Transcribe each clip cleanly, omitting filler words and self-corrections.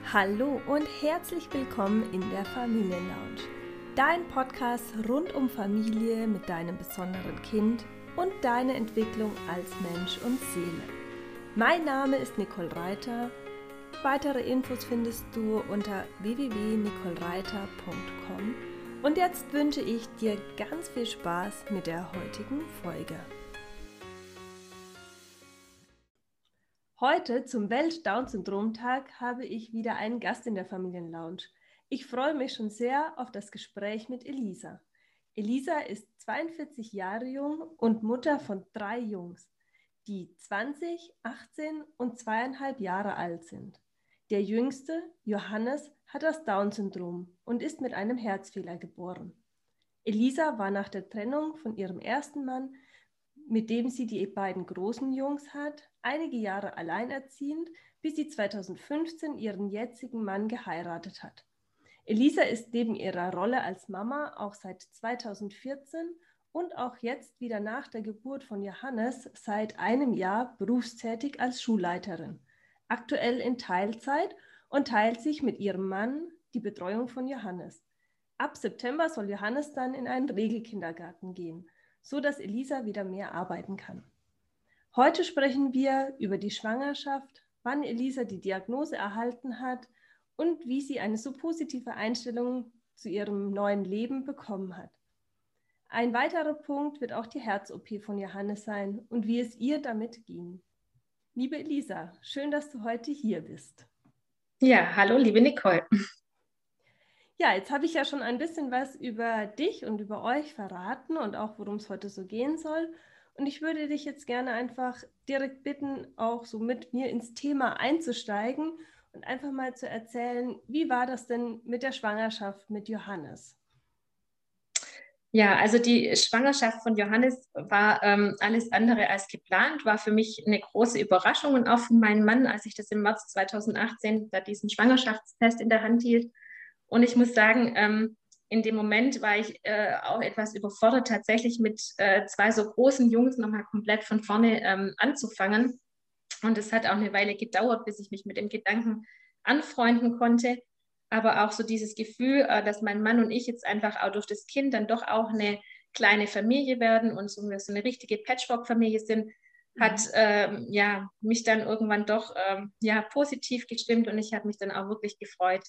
Hallo und herzlich willkommen in der Familienlounge, dein Podcast rund um Familie mit deinem besonderen Kind und deine Entwicklung als Mensch und Seele. Mein Name ist Nicole Reiter. Weitere Infos findest du unter www.nicolereiter.com und jetzt wünsche ich dir ganz viel Spaß mit der heutigen Folge. Heute zum Welt-Down-Syndrom-Tag habe ich wieder einen Gast in der Familienlounge. Ich freue mich schon sehr auf das Gespräch mit Elisa. Elisa ist 42 Jahre jung und Mutter von 3 Jungs, die 20, 18 und 2,5 Jahre alt sind. Der jüngste, Johannes, hat das Down-Syndrom und ist mit einem Herzfehler geboren. Elisa war nach der Trennung von ihrem ersten Mann, mit dem sie die beiden großen Jungs hat, einige Jahre alleinerziehend, bis sie 2015 ihren jetzigen Mann geheiratet hat. Elisa ist neben ihrer Rolle als Mama auch seit 2014 und auch jetzt wieder nach der Geburt von Johannes seit einem Jahr berufstätig als Schulleiterin, aktuell in Teilzeit und teilt sich mit ihrem Mann die Betreuung von Johannes. Ab September soll Johannes dann in einen Regelkindergarten gehen, so dass Elisa wieder mehr arbeiten kann. Heute sprechen wir über die Schwangerschaft, wann Elisa die Diagnose erhalten hat und wie sie eine so positive Einstellung zu ihrem neuen Leben bekommen hat. Ein weiterer Punkt wird auch die Herz-OP von Johannes sein und wie es ihr damit ging. Liebe Elisa, schön, dass du heute hier bist. Ja, hallo, liebe Nicole. Ja, jetzt habe ich ja schon ein bisschen was über dich und über euch verraten und auch, worum es heute so gehen soll. Und ich würde dich jetzt gerne einfach direkt bitten, auch so mit mir ins Thema einzusteigen und einfach mal zu erzählen, wie war das denn mit der Schwangerschaft mit Johannes? Ja, also die Schwangerschaft von Johannes war alles andere als geplant, war für mich eine große Überraschung und auch für meinen Mann, als ich das im März 2018 da diesen Schwangerschaftstest in der Hand hielt. Und ich muss sagen, in dem Moment war ich auch etwas überfordert, tatsächlich mit 2 so großen Jungs nochmal komplett von vorne anzufangen. Und es hat auch eine Weile gedauert, bis ich mich mit dem Gedanken anfreunden konnte. Aber auch so dieses Gefühl, dass mein Mann und ich jetzt einfach auch durch das Kind dann doch auch eine kleine Familie werden und so eine richtige Patchwork-Familie sind, hat mich dann irgendwann doch positiv gestimmt und ich habe mich dann auch wirklich gefreut,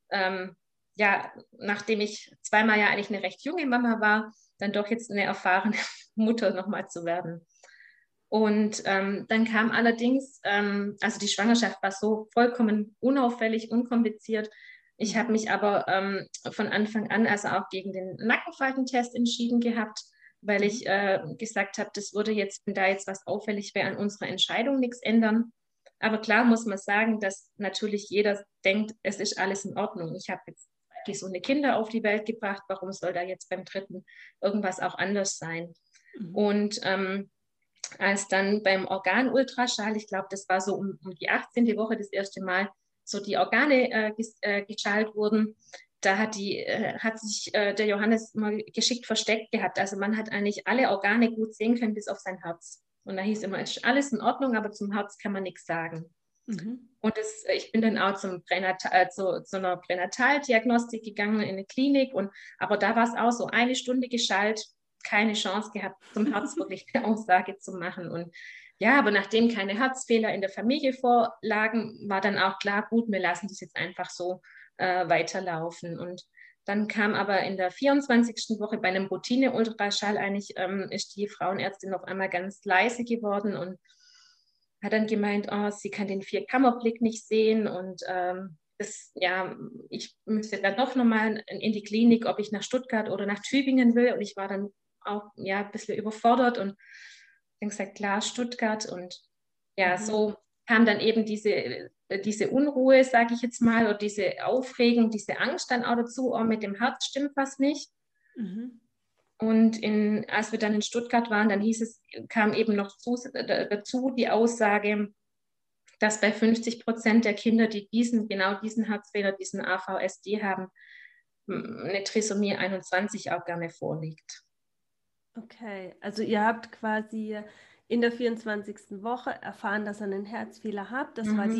nachdem ich zweimal ja eigentlich eine recht junge Mama war, dann doch jetzt eine erfahrene Mutter nochmal zu werden. Und dann kam allerdings, also die Schwangerschaft war so vollkommen unauffällig, unkompliziert. Ich habe mich aber von Anfang an also auch gegen den Nackenfaltentest entschieden gehabt, weil ich gesagt habe, das würde jetzt, wenn da jetzt was auffällig wäre, an unserer Entscheidung nichts ändern. Aber klar muss man sagen, dass natürlich jeder denkt, es ist alles in Ordnung. Ich habe jetzt gesunde Kinder auf die Welt gebracht, warum soll da jetzt beim dritten irgendwas auch anders sein? Und als dann beim Organultraschall, ich glaube, das war so um die 18. Woche das erste Mal, so die Organe geschallt wurden, da hat sich der Johannes mal geschickt versteckt gehabt. Also man hat eigentlich alle Organe gut sehen können, bis auf sein Herz. Und da hieß immer, es ist alles in Ordnung, aber zum Herz kann man nichts sagen. Und ich bin dann auch zu einer Pränataldiagnostik gegangen in eine Klinik. Aber da war es auch so 1 Stunde geschallt, keine Chance gehabt, zum Herz wirklich eine Aussage zu machen. Und ja, aber nachdem keine Herzfehler in der Familie vorlagen, war dann auch klar, gut, wir lassen das jetzt einfach so weiterlaufen. Und dann kam aber in der 24. Woche bei einem Routine-Ultraschall eigentlich, ist die Frauenärztin auf einmal ganz leise geworden und hat dann gemeint, oh, sie kann den Vierkammerblick nicht sehen und ich müsste dann doch nochmal in die Klinik, ob ich nach Stuttgart oder nach Tübingen will. Und ich war dann auch ein bisschen überfordert und dann gesagt, klar, Stuttgart. Und so kam dann eben diese Unruhe, sage ich jetzt mal, oder diese Aufregung, diese Angst dann auch dazu, oh, mit dem Herz stimmt was nicht. Und als wir dann in Stuttgart waren, dann kam eben noch dazu die Aussage, dass bei 50% der Kinder, die genau diesen Herzfehler, diesen AVSD haben, eine Trisomie 21 auch gerne vorliegt. Okay, also ihr habt quasi in der 24. Woche erfahren, dass ihr einen Herzfehler habt. Das war die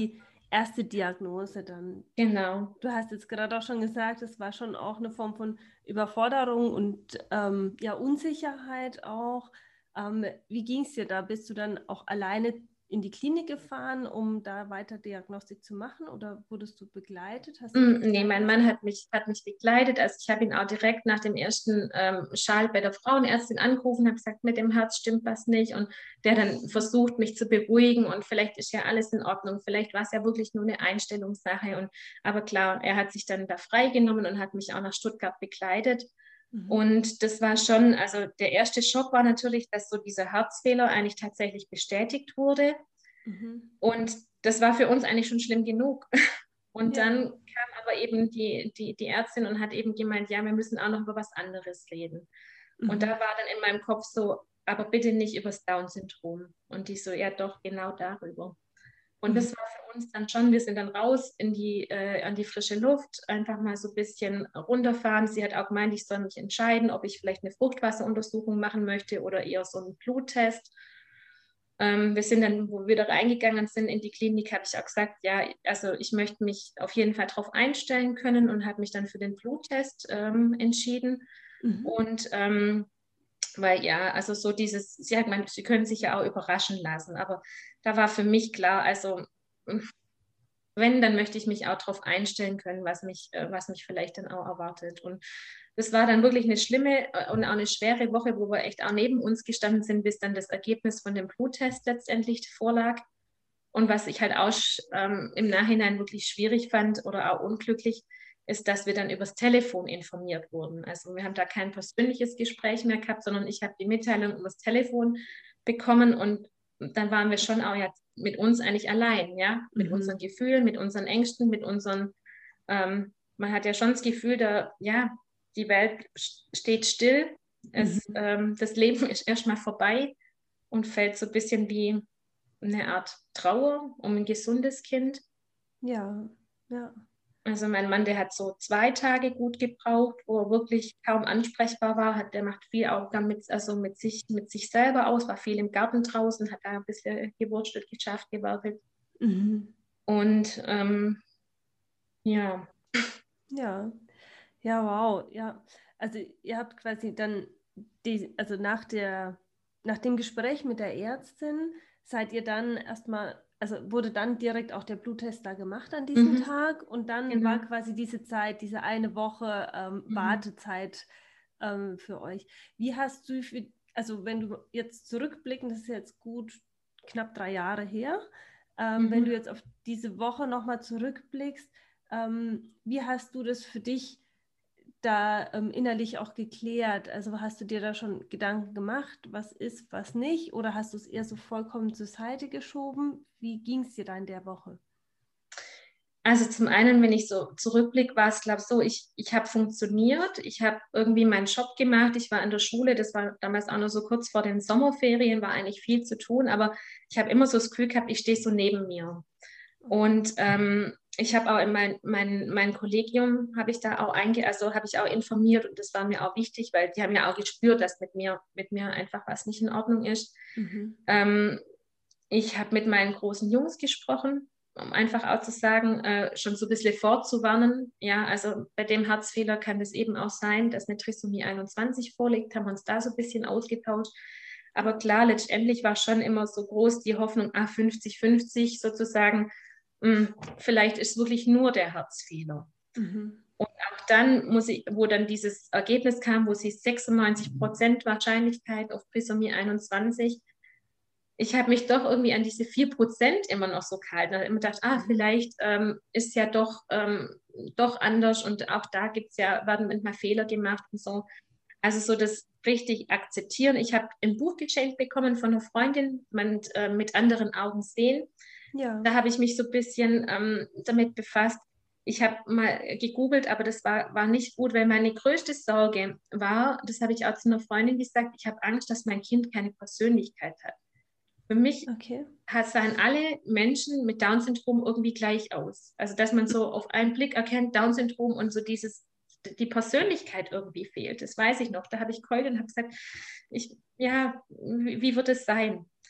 erste Diagnose dann. Genau. Du hast jetzt gerade auch schon gesagt, es war schon auch eine Form von Überforderung und ja, Unsicherheit auch. Wie ging es dir da? Bist du dann auch alleine in die Klinik gefahren, um da weiter Diagnostik zu machen, oder wurdest du begleitet? Hast du dich Nee, mein begleitet? Mann hat mich begleitet. Also ich habe ihn auch direkt nach dem ersten Schall bei der Frauenärztin angerufen, habe gesagt, mit dem Herz stimmt was nicht. Und der dann versucht, mich zu beruhigen und vielleicht ist ja alles in Ordnung. Vielleicht war es ja wirklich nur eine Einstellungssache. Aber klar, er hat sich dann da freigenommen und hat mich auch nach Stuttgart begleitet. Mhm. Und das war schon, also der erste Schock war natürlich, dass so dieser Herzfehler eigentlich tatsächlich bestätigt wurde. Mhm. Und das war für uns eigentlich schon schlimm genug. Und Ja. dann kam aber eben die Ärztin und hat eben gemeint, ja, wir müssen auch noch über was anderes reden. Und da Mhm. war dann in meinem Kopf so, aber bitte nicht über das Down-Syndrom. Und die so, ja doch, genau darüber. Und Mhm. das war für uns dann schon, wir sind dann raus an die frische Luft, einfach mal so ein bisschen runterfahren. Sie hat auch gemeint, ich soll mich entscheiden, ob ich vielleicht eine Fruchtwasseruntersuchung machen möchte oder eher so einen Bluttest. Wir sind dann, wo wir da reingegangen sind in die Klinik, habe ich auch gesagt, ja, also ich möchte mich auf jeden Fall darauf einstellen können und habe mich dann für den Bluttest entschieden. Mhm. Und weil ja, also so dieses, sie hat gemeint, sie können sich ja auch überraschen lassen, aber da war für mich klar, also wenn, dann möchte ich mich auch darauf einstellen können, was mich vielleicht dann auch erwartet. Und das war dann wirklich eine schlimme und auch eine schwere Woche, wo wir echt auch neben uns gestanden sind, bis dann das Ergebnis von dem Bluttest letztendlich vorlag. Und was ich halt auch im Nachhinein wirklich schwierig fand oder auch unglücklich, ist, dass wir dann übers Telefon informiert wurden. Also wir haben da kein persönliches Gespräch mehr gehabt, sondern ich habe die Mitteilung übers Telefon bekommen und dann waren wir schon auch ja mit uns eigentlich allein, ja, mit unseren Mhm. Gefühlen, mit unseren Ängsten, mit unseren, man hat ja schon das Gefühl, da, ja, die Welt steht still, Mhm. das Leben ist erstmal vorbei und fällt so ein bisschen wie eine Art Trauer um ein gesundes Kind. Ja, ja. Also mein Mann, der hat so 2 Tage gut gebraucht, wo er wirklich kaum ansprechbar war. Der macht viel auch damit, also mit sich selber aus, war viel im Garten draußen, hat da ein bisschen gewurschtelt, geschafft, gewerkelt. Mhm. Und ja, Ja. Ja, wow, ja. Also ihr habt quasi dann also nach dem Gespräch mit der Ärztin seid ihr dann erstmal, also wurde dann direkt auch der Bluttest da gemacht an diesem mhm, Tag, und dann war genau. quasi diese Zeit, diese eine Woche Mhm, Wartezeit für euch. Wie hast du also wenn du jetzt zurückblicken, das ist jetzt gut knapp 3 Jahre her, wenn du mhm. jetzt auf diese Woche nochmal zurückblickst, wie hast du das für dich da innerlich auch geklärt? Also hast du dir da schon Gedanken gemacht, was ist, was nicht? Oder hast du es eher so vollkommen zur Seite geschoben? Wie ging es dir da in der Woche? Also zum einen, wenn ich so zurückblicke, war es, glaube ich, so, ich habe funktioniert, ich habe irgendwie meinen Job gemacht, ich war in der Schule, das war damals auch nur so kurz vor den Sommerferien, war eigentlich viel zu tun, aber ich habe immer so das Gefühl gehabt, ich stehe so neben mir. Okay. Und ich habe auch in mein Kollegium, habe ich da auch also habe ich auch informiert und das war mir auch wichtig, weil die haben ja auch gespürt, dass mit mir einfach was nicht in Ordnung ist. Mhm. Ähm, Ich habe mit meinen großen Jungs gesprochen, um einfach auch zu sagen, schon so ein bisschen vorzuwarnen. Ja, also bei dem Herzfehler kann es eben auch sein, dass eine Trisomie 21 vorliegt, haben wir uns da so ein bisschen ausgetauscht. Aber Ja. klar, letztendlich war schon immer so groß die Hoffnung, 50-50 sozusagen, vielleicht ist wirklich nur der Herzfehler. Mhm. Und auch dann wo dann dieses Ergebnis kam, wo sie 96% Wahrscheinlichkeit auf Trisomie 21, ich habe mich doch irgendwie an diese 4% immer noch so gehalten. Ich habe immer gedacht, Mhm. vielleicht ist ja doch anders und auch da werden manchmal Fehler gemacht und so. Also so das richtig akzeptieren. Ich habe ein Buch geschenkt bekommen von einer Freundin, mit anderen Augen sehen. Ja. Da habe ich mich so ein bisschen damit befasst. Ich habe mal gegoogelt, aber das war nicht gut, weil meine größte Sorge war, das habe ich auch zu einer Freundin gesagt, ich habe Angst, dass mein Kind keine Persönlichkeit hat. Für mich Okay. sahen alle Menschen mit Down-Syndrom irgendwie gleich aus. Also, dass man so auf einen Blick erkennt, Down-Syndrom und so die Persönlichkeit irgendwie fehlt. Das weiß ich noch. Da habe ich geheult und habe gesagt, ja, wie wird es sein?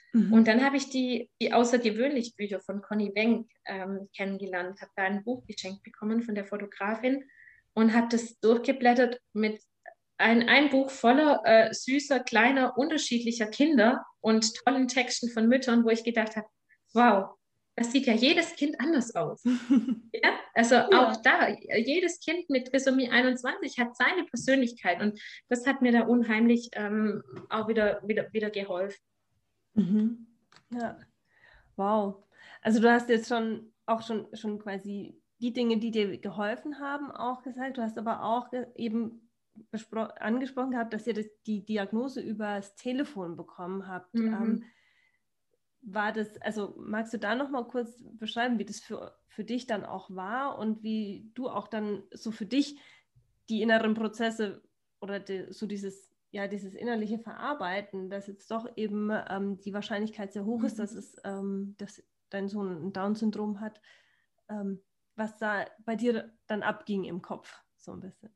Und dann habe ich die außergewöhnlich Bücher von Conny Wenck kennengelernt, habe da ein Buch geschenkt bekommen von der Fotografin und habe das durchgeblättert mit ein Buch voller süßer, kleiner, unterschiedlicher Kinder und tollen Texten von Müttern, wo ich gedacht habe, wow, das sieht ja jedes Kind anders aus. Ja? Also auch da, jedes Kind mit Trisomie 21 hat seine Persönlichkeit und das hat mir da unheimlich auch wieder geholfen. Mhm. Ja, wow. Also du hast jetzt schon quasi die Dinge, die dir geholfen haben, auch gesagt. Du hast aber auch eben angesprochen gehabt, dass ihr die Diagnose übers Telefon bekommen habt. War das, also magst du da noch mal kurz beschreiben, wie das für dich dann auch war und wie du auch dann so für dich die inneren Prozesse oder so dieses innerliche Verarbeiten, dass jetzt doch eben die Wahrscheinlichkeit sehr hoch ist, dass dein Sohn ein Down-Syndrom hat, was da bei dir dann abging im Kopf, so ein bisschen.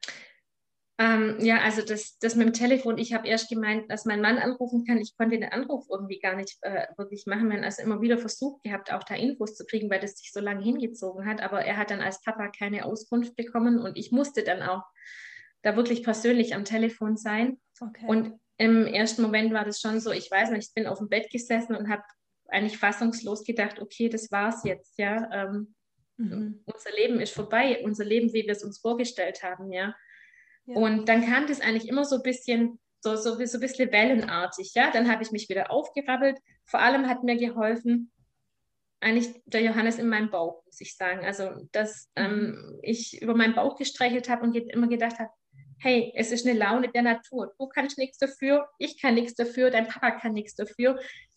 Ja, also das mit dem Telefon, ich habe erst gemeint, dass mein Mann anrufen kann. Ich konnte den Anruf irgendwie gar nicht wirklich machen. Wir haben also immer wieder versucht gehabt, auch da Infos zu kriegen, weil das sich so lange hingezogen hat. Aber er hat dann als Papa keine Auskunft bekommen und ich musste dann auch da wirklich persönlich am Telefon sein. Okay. Und im ersten Moment war das schon so, ich weiß nicht, ich bin auf dem Bett gesessen und habe eigentlich fassungslos gedacht, okay, das war's jetzt, ja. Unser Leben ist vorbei, unser Leben, wie wir es uns vorgestellt haben, ja. Ja. Und dann kam das eigentlich immer so ein bisschen, so ein bisschen wellenartig, ja. Dann habe ich mich wieder aufgerappelt. Vor allem hat mir geholfen, eigentlich der Johannes in meinem Bauch, muss ich sagen. Also, dass ich über meinen Bauch gestreichelt habe und immer gedacht habe, hey, es ist eine Laune der Natur. Du kannst nichts dafür, ich kann nichts dafür, dein Papa kann nichts dafür.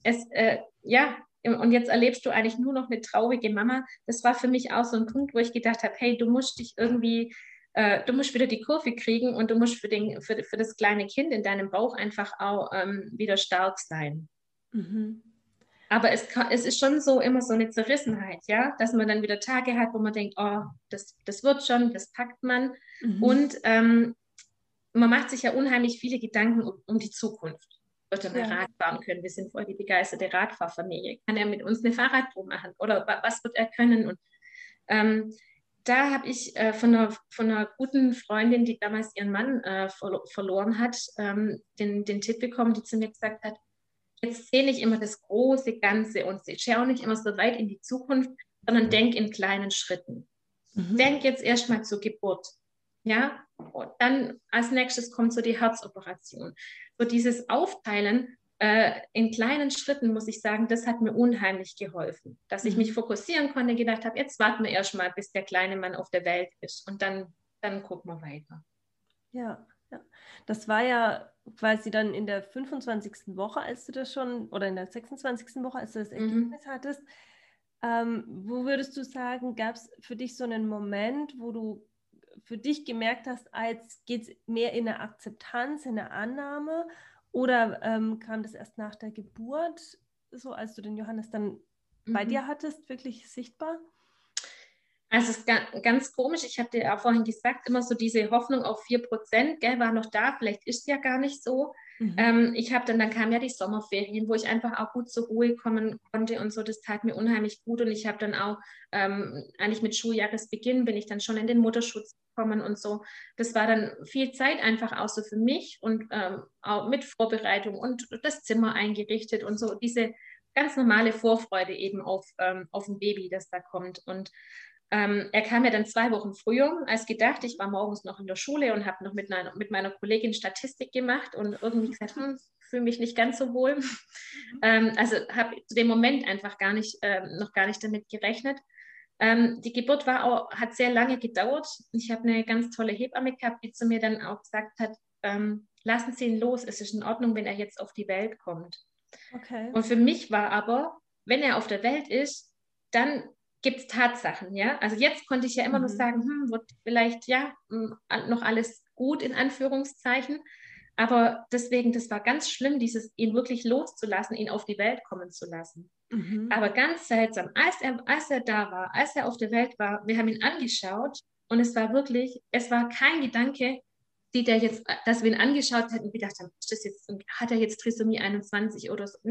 Und jetzt erlebst du eigentlich nur noch eine traurige Mama. Das war für mich auch so ein Punkt, wo ich gedacht habe, hey, du musst dich irgendwie, du musst wieder die Kurve kriegen und du musst für das kleine Kind in deinem Bauch einfach auch wieder stark sein. Aber es ist schon so immer so eine Zerrissenheit, ja, dass man dann wieder Tage hat, wo man denkt, oh, das wird schon, das packt man. Und man macht sich ja unheimlich viele Gedanken um die Zukunft. Wird er mal Rad fahren können? Wir sind voll die begeisterte Radfahrfamilie. Kann er mit uns eine Fahrradtour machen? Oder was wird er können? Und da habe ich von einer guten Freundin, die damals ihren Mann verloren hat, den Tipp bekommen, die zu mir gesagt hat, jetzt sehe nicht immer das große Ganze und schau auch nicht immer so weit in die Zukunft, sondern denk in kleinen Schritten. Denk jetzt erstmal zur Geburt. Ja, und dann als nächstes kommt so die Herzoperation. So dieses Aufteilen in kleinen Schritten, muss ich sagen, das hat mir unheimlich geholfen. Dass ich mich fokussieren konnte, gedacht habe, jetzt warten wir erstmal, bis der kleine Mann auf der Welt ist und dann gucken wir weiter. Ja. Das war ja quasi dann in der 25. Woche, als du das schon, oder in der 26. Woche, als du das Ergebnis hattest. Wo würdest du sagen, gab es für dich so einen Moment, wo du für dich gemerkt hast, als geht es mehr in eine Akzeptanz, in eine Annahme, oder kam das erst nach der Geburt, so als du den Johannes dann bei dir hattest, wirklich sichtbar? Also es ist ganz komisch, ich habe dir auch vorhin gesagt, immer so diese Hoffnung auf 4%, gell, war noch da, vielleicht ist es ja gar nicht so. Ich habe dann kamen ja die Sommerferien, wo ich einfach auch gut zur Ruhe kommen konnte und so, das tat mir unheimlich gut und ich habe dann auch, eigentlich mit Schuljahresbeginn bin ich dann schon in den Mutterschutz gekommen und so. Das war dann viel Zeit einfach auch so für mich und auch mit Vorbereitung und das Zimmer eingerichtet und so, diese ganz normale Vorfreude eben auf ein Baby, das da kommt. Und er kam ja dann 2 Wochen früher als gedacht. Ich war morgens noch in der Schule und habe noch mit meiner Kollegin Statistik gemacht und irgendwie gesagt, fühle mich nicht ganz so wohl. Also habe zu dem Moment einfach noch gar nicht damit gerechnet. Die Geburt hat sehr lange gedauert. Ich habe eine ganz tolle Hebamme gehabt, die zu mir dann auch gesagt hat, lassen Sie ihn los, es ist in Ordnung, wenn er jetzt auf die Welt kommt. Okay. Und für mich war aber, wenn er auf der Welt ist, dann gibt es Tatsachen, ja. Also jetzt konnte ich ja immer nur sagen, wird vielleicht noch alles gut in Anführungszeichen. Aber deswegen, das war ganz schlimm, ihn wirklich loszulassen, ihn auf die Welt kommen zu lassen. Aber ganz seltsam, als er da war, als er auf der Welt war, wir haben ihn angeschaut und es war kein Gedanke, dass wir ihn angeschaut hätten und gedacht haben, hat er jetzt Trisomie 21 oder so? Nee,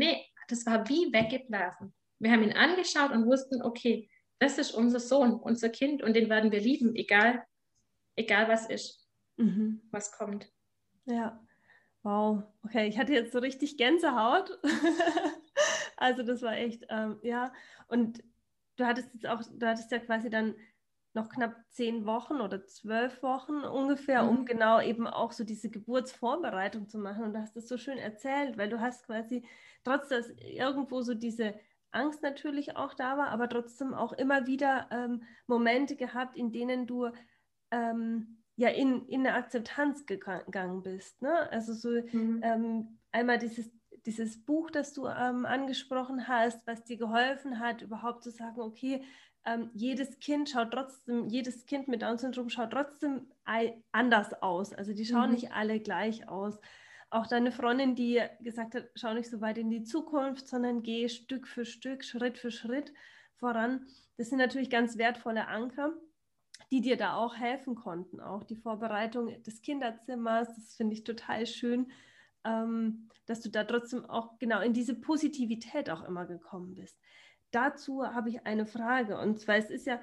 das war wie weggeblasen. Wir haben ihn angeschaut und wussten, okay, das ist unser Sohn, unser Kind und den werden wir lieben, egal was ist, was kommt. Ja, wow. Okay, ich hatte jetzt so richtig Gänsehaut. Also das war echt, ja. Und du hattest ja quasi dann noch knapp 10 Wochen oder 12 Wochen ungefähr, um genau eben auch so diese Geburtsvorbereitung zu machen. Und du hast das so schön erzählt, weil du hast quasi, trotz dass irgendwo so diese Angst natürlich auch da war, aber trotzdem auch immer wieder Momente gehabt, in denen du ja in eine Akzeptanz gegangen bist. Ne? Also so einmal dieses Buch, das du angesprochen hast, was dir geholfen hat, überhaupt zu sagen, okay, jedes Kind mit Down-Syndrom schaut trotzdem anders aus. Also die schauen nicht alle gleich aus. Auch deine Freundin, die gesagt hat, schau nicht so weit in die Zukunft, sondern geh Stück für Stück, Schritt für Schritt voran. Das sind natürlich ganz wertvolle Anker, die dir da auch helfen konnten. Auch die Vorbereitung des Kinderzimmers, das finde ich total schön, dass du da trotzdem auch genau in diese Positivität auch immer gekommen bist. Dazu habe ich eine Frage, und zwar, es ist ja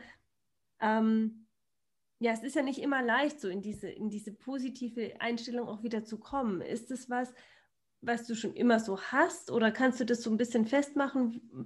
nicht immer leicht, so in diese positive Einstellung auch wieder zu kommen. Ist das was du schon immer so hast, oder kannst du das so ein bisschen festmachen,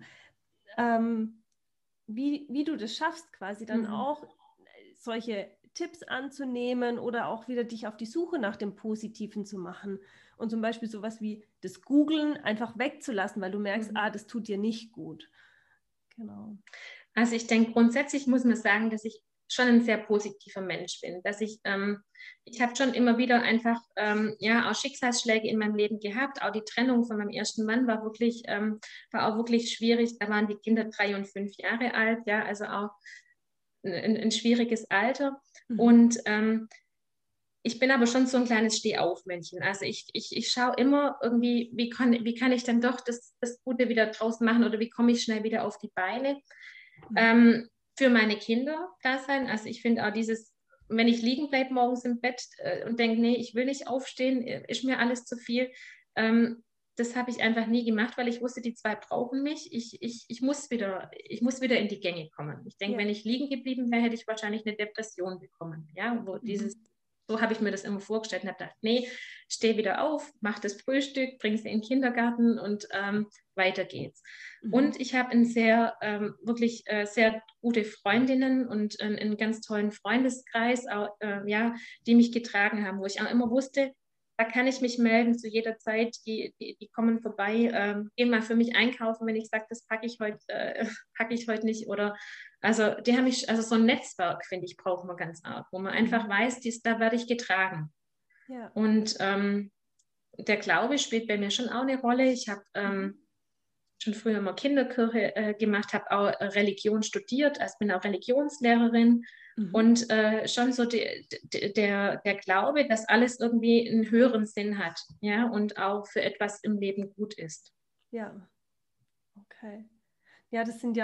wie du das schaffst, quasi dann auch solche Tipps anzunehmen oder auch wieder dich auf die Suche nach dem Positiven zu machen und zum Beispiel sowas wie das Googlen einfach wegzulassen, weil du merkst, das tut dir nicht gut. Genau. Also ich denke, grundsätzlich muss man sagen, dass ich schon ein sehr positiver Mensch bin, dass ich habe schon immer wieder einfach auch Schicksalsschläge in meinem Leben gehabt. Auch die Trennung von meinem ersten Mann war auch wirklich schwierig. Da waren die Kinder 3 und 5 Jahre alt, ja, also auch ein schwieriges Alter. Und ich bin aber schon so ein kleines Stehaufmännchen. Also ich schaue immer irgendwie, wie kann ich dann doch das Gute wieder draus machen oder wie komme ich schnell wieder auf die Beine. Für meine Kinder da sein. Also ich finde auch wenn ich liegen bleibe morgens im Bett und denke, nee, ich will nicht aufstehen, ist mir alles zu viel. Das habe ich einfach nie gemacht, weil ich wusste, die 2 brauchen mich. Ich muss wieder in die Gänge kommen. Ich denke, wenn ich liegen geblieben wäre, hätte ich wahrscheinlich eine Depression bekommen. Ja, so habe ich mir das immer vorgestellt und habe gedacht, nee, steh wieder auf, mach das Frühstück, bring sie in den Kindergarten und weiter geht's. Und ich habe wirklich sehr gute Freundinnen und einen ganz tollen Freundeskreis, auch, die mich getragen haben, wo ich auch immer wusste, da kann ich mich melden zu jeder Zeit, die kommen vorbei, gehen mal für mich einkaufen, wenn ich sage, das packe ich heute nicht. Oder also so ein Netzwerk, finde ich, braucht man ganz arg, wo man einfach weiß, da werde ich getragen. Ja. Und der Glaube spielt bei mir schon auch eine Rolle. Ich habe schon früher mal Kinderkirche gemacht, habe auch Religion studiert, also bin auch Religionslehrerin. Und schon so der Glaube, dass alles irgendwie einen höheren Sinn hat, ja, und auch für etwas im Leben gut ist. Ja, okay. Ja, das sind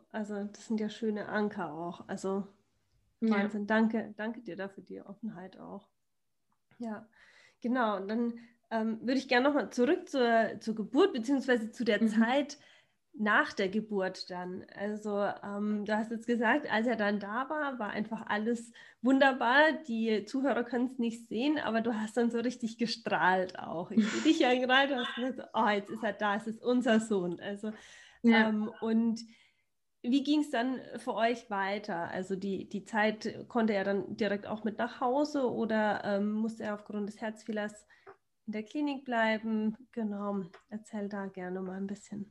ja schöne Anker auch. Also Wahnsinn, ja. Danke dir dafür die Offenheit auch. Ja, genau. Und dann würde ich gerne nochmal zurück zur Geburt, beziehungsweise zu der Zeit nach der Geburt dann. Also du hast jetzt gesagt, als er dann da war einfach alles wunderbar. Die Zuhörer können es nicht sehen, aber du hast dann so richtig gestrahlt auch. Ich sehe dich ja gerade, du hast gesagt, oh, jetzt ist er da, es ist unser Sohn. Also und wie ging es dann für euch weiter? Also die Zeit konnte er dann direkt auch mit nach Hause oder musste er aufgrund des Herzfehlers in der Klinik bleiben? Genau, erzähl da gerne mal ein bisschen.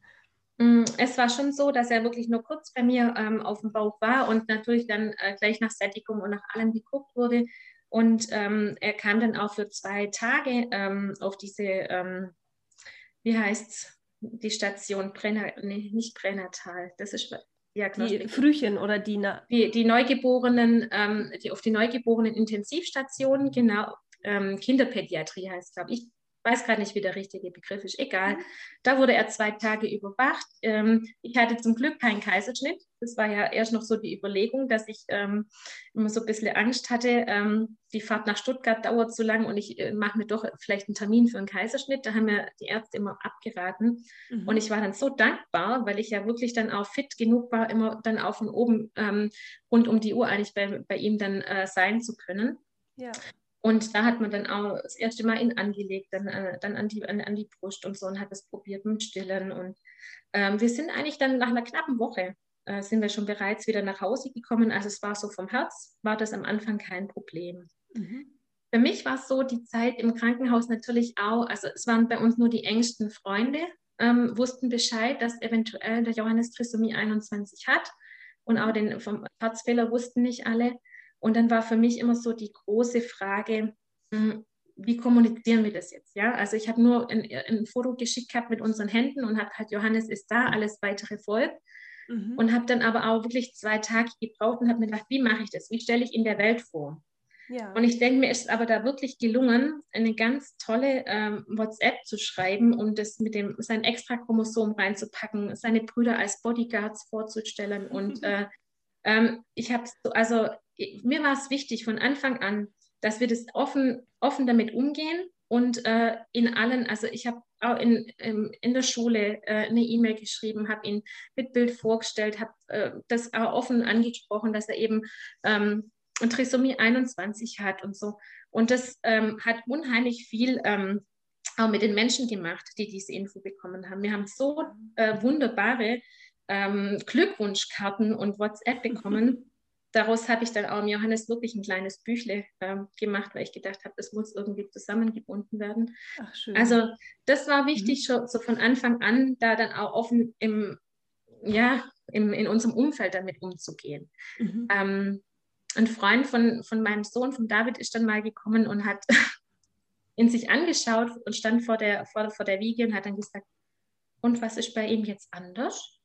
Es war schon so, dass er wirklich nur kurz bei mir auf dem Bauch war und natürlich dann gleich nach Sättigung und nach allem geguckt wurde. Und er kam dann auch für 2 Tage auf diese, wie heißt's, die Station nicht Pränatal, das ist Diagnostik. Die Frühchen oder die Neugeborenen, auf die Neugeborenen Intensivstationen, genau, Kinderpädiatrie heißt, glaube ich. weiß gerade nicht, wie der richtige Begriff ist, egal. Da wurde er 2 Tage überwacht. Ich hatte zum Glück keinen Kaiserschnitt. Das war ja erst noch so die Überlegung, dass ich immer so ein bisschen Angst hatte, die Fahrt nach Stuttgart dauert zu lang und ich mache mir doch vielleicht einen Termin für einen Kaiserschnitt. Da haben mir die Ärzte immer abgeraten. Und ich war dann so dankbar, weil ich ja wirklich dann auch fit genug war, immer dann auch von oben rund um die Uhr eigentlich bei ihm dann sein zu können. Ja. Und da hat man dann auch das erste Mal ihn angelegt, dann an die Brust und so und hat es probiert mit Stillen. Und wir sind eigentlich dann nach einer knappen Woche, sind wir schon bereits wieder nach Hause gekommen. Also es war so vom Herz, war das am Anfang kein Problem. Für mich war es so, die Zeit im Krankenhaus natürlich auch, also es waren bei uns nur die engsten Freunde, wussten Bescheid, dass eventuell der Johannes Trisomie 21 hat und auch vom Herzfehler wussten nicht alle. Und dann war für mich immer so die große Frage, wie kommunizieren wir das jetzt? Ja? Also ich habe nur ein Foto geschickt gehabt mit unseren Händen und habe halt, Johannes ist da, alles weitere folgt. Und habe dann aber auch wirklich 2 Tage gebraucht und habe mir gedacht, wie mache ich das? Wie stelle ich ihn der Welt vor? Ja. Und ich denke, mir ist es aber da wirklich gelungen, eine ganz tolle WhatsApp zu schreiben und das mit sein Extrachromosom reinzupacken, seine Brüder als Bodyguards vorzustellen. Und ich habe also mir war es wichtig von Anfang an, dass wir das offen damit umgehen und in allen, also ich habe auch in der Schule eine E-Mail geschrieben, habe ihn mit Bild vorgestellt, habe das auch offen angesprochen, dass er eben Trisomie 21 hat und so. Und das hat unheimlich viel auch mit den Menschen gemacht, die diese Info bekommen haben. Wir haben so wunderbare Glückwunschkarten und WhatsApp bekommen. Daraus habe ich dann auch Johannes wirklich ein kleines Büchle gemacht, weil ich gedacht habe, das muss irgendwie zusammengebunden werden. Ach, schön. Also das war wichtig, schon so von Anfang an, da dann auch offen in unserem Umfeld damit umzugehen. Ein Freund von meinem Sohn, von David, ist dann mal gekommen und hat ihn sich angeschaut und stand vor der Wiege und hat dann gesagt, und was ist bei ihm jetzt anders?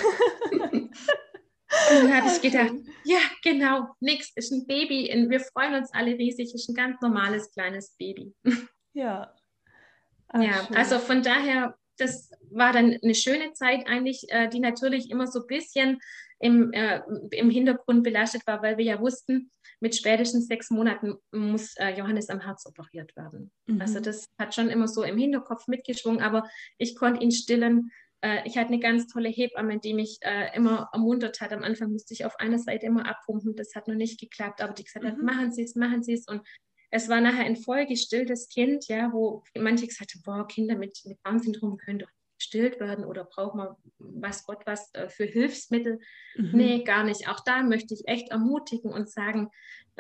Und dann habe ich gedacht, ja, genau, nix, ist ein Baby. Wir freuen uns alle riesig, ist ein ganz normales, kleines Baby. Ja. Ja, schön. Also von daher, das war dann eine schöne Zeit eigentlich, die natürlich immer so ein bisschen im Hintergrund belastet war, weil wir ja wussten, mit spätestens 6 Monaten muss Johannes am Herz operiert werden. Also das hat schon immer so im Hinterkopf mitgeschwungen, aber ich konnte ihn stillen. Ich hatte eine ganz tolle Hebamme, die mich immer ermuntert hat. Am Anfang musste ich auf einer Seite immer abpumpen, das hat noch nicht geklappt, aber die gesagt hat, machen Sie es. Und es war nachher ein voll gestilltes Kind, ja, wo manche gesagt haben, boah, Kinder mit Down-Syndrom können doch gestillt werden oder braucht man was für Hilfsmittel. Nee, gar nicht. Auch da möchte ich echt ermutigen und sagen,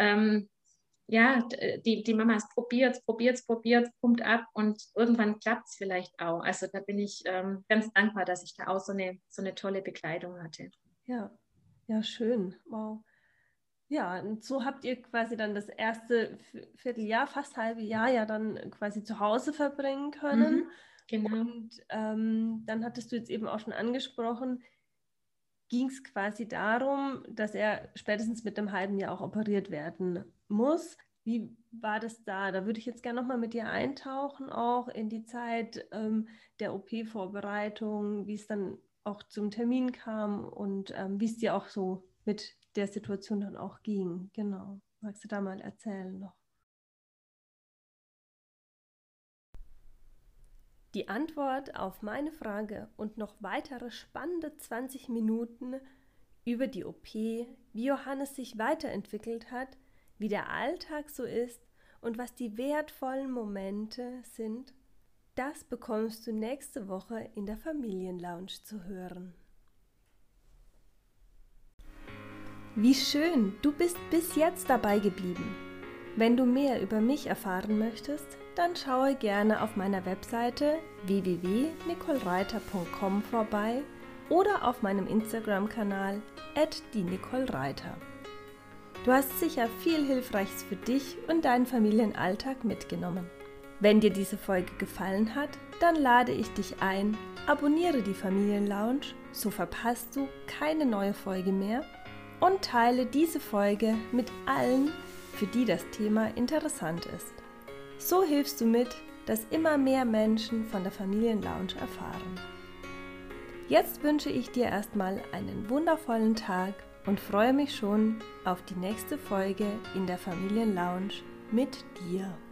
die Mamas probiert's, pumpt ab und irgendwann klappt es vielleicht auch. Also da bin ich ganz dankbar, dass ich da auch so eine tolle Begleitung hatte. Ja, schön. Wow. Ja, und so habt ihr quasi dann das erste Vierteljahr, fast halbe Jahr ja dann quasi zu Hause verbringen können. Genau. Und dann hattest du jetzt eben auch schon angesprochen, ging es quasi darum, dass er spätestens mit einem halben Jahr auch operiert werden muss. Wie war das da? Da würde ich jetzt gerne nochmal mit dir eintauchen, auch in die Zeit der OP-Vorbereitung, wie es dann auch zum Termin kam und wie es dir auch so mit der Situation dann auch ging. Genau. Magst du da mal erzählen noch? Die Antwort auf meine Frage und noch weitere spannende 20 Minuten über die OP, wie Johannes sich weiterentwickelt hat, wie der Alltag so ist und was die wertvollen Momente sind, das bekommst du nächste Woche in der Familienlounge zu hören. Wie schön, du bist bis jetzt dabei geblieben. Wenn du mehr über mich erfahren möchtest, dann schaue gerne auf meiner Webseite www.nicolereiter.com vorbei oder auf meinem Instagram-Kanal @die_Nicole_Reiter. Du hast sicher viel Hilfreiches für dich und deinen Familienalltag mitgenommen. Wenn dir diese Folge gefallen hat, dann lade ich dich ein, abonniere die Familienlounge, so verpasst du keine neue Folge mehr und teile diese Folge mit allen, für die das Thema interessant ist. So hilfst du mit, dass immer mehr Menschen von der Familienlounge erfahren. Jetzt wünsche ich dir erstmal einen wundervollen Tag und freue mich schon auf die nächste Folge in der Familienlounge mit dir.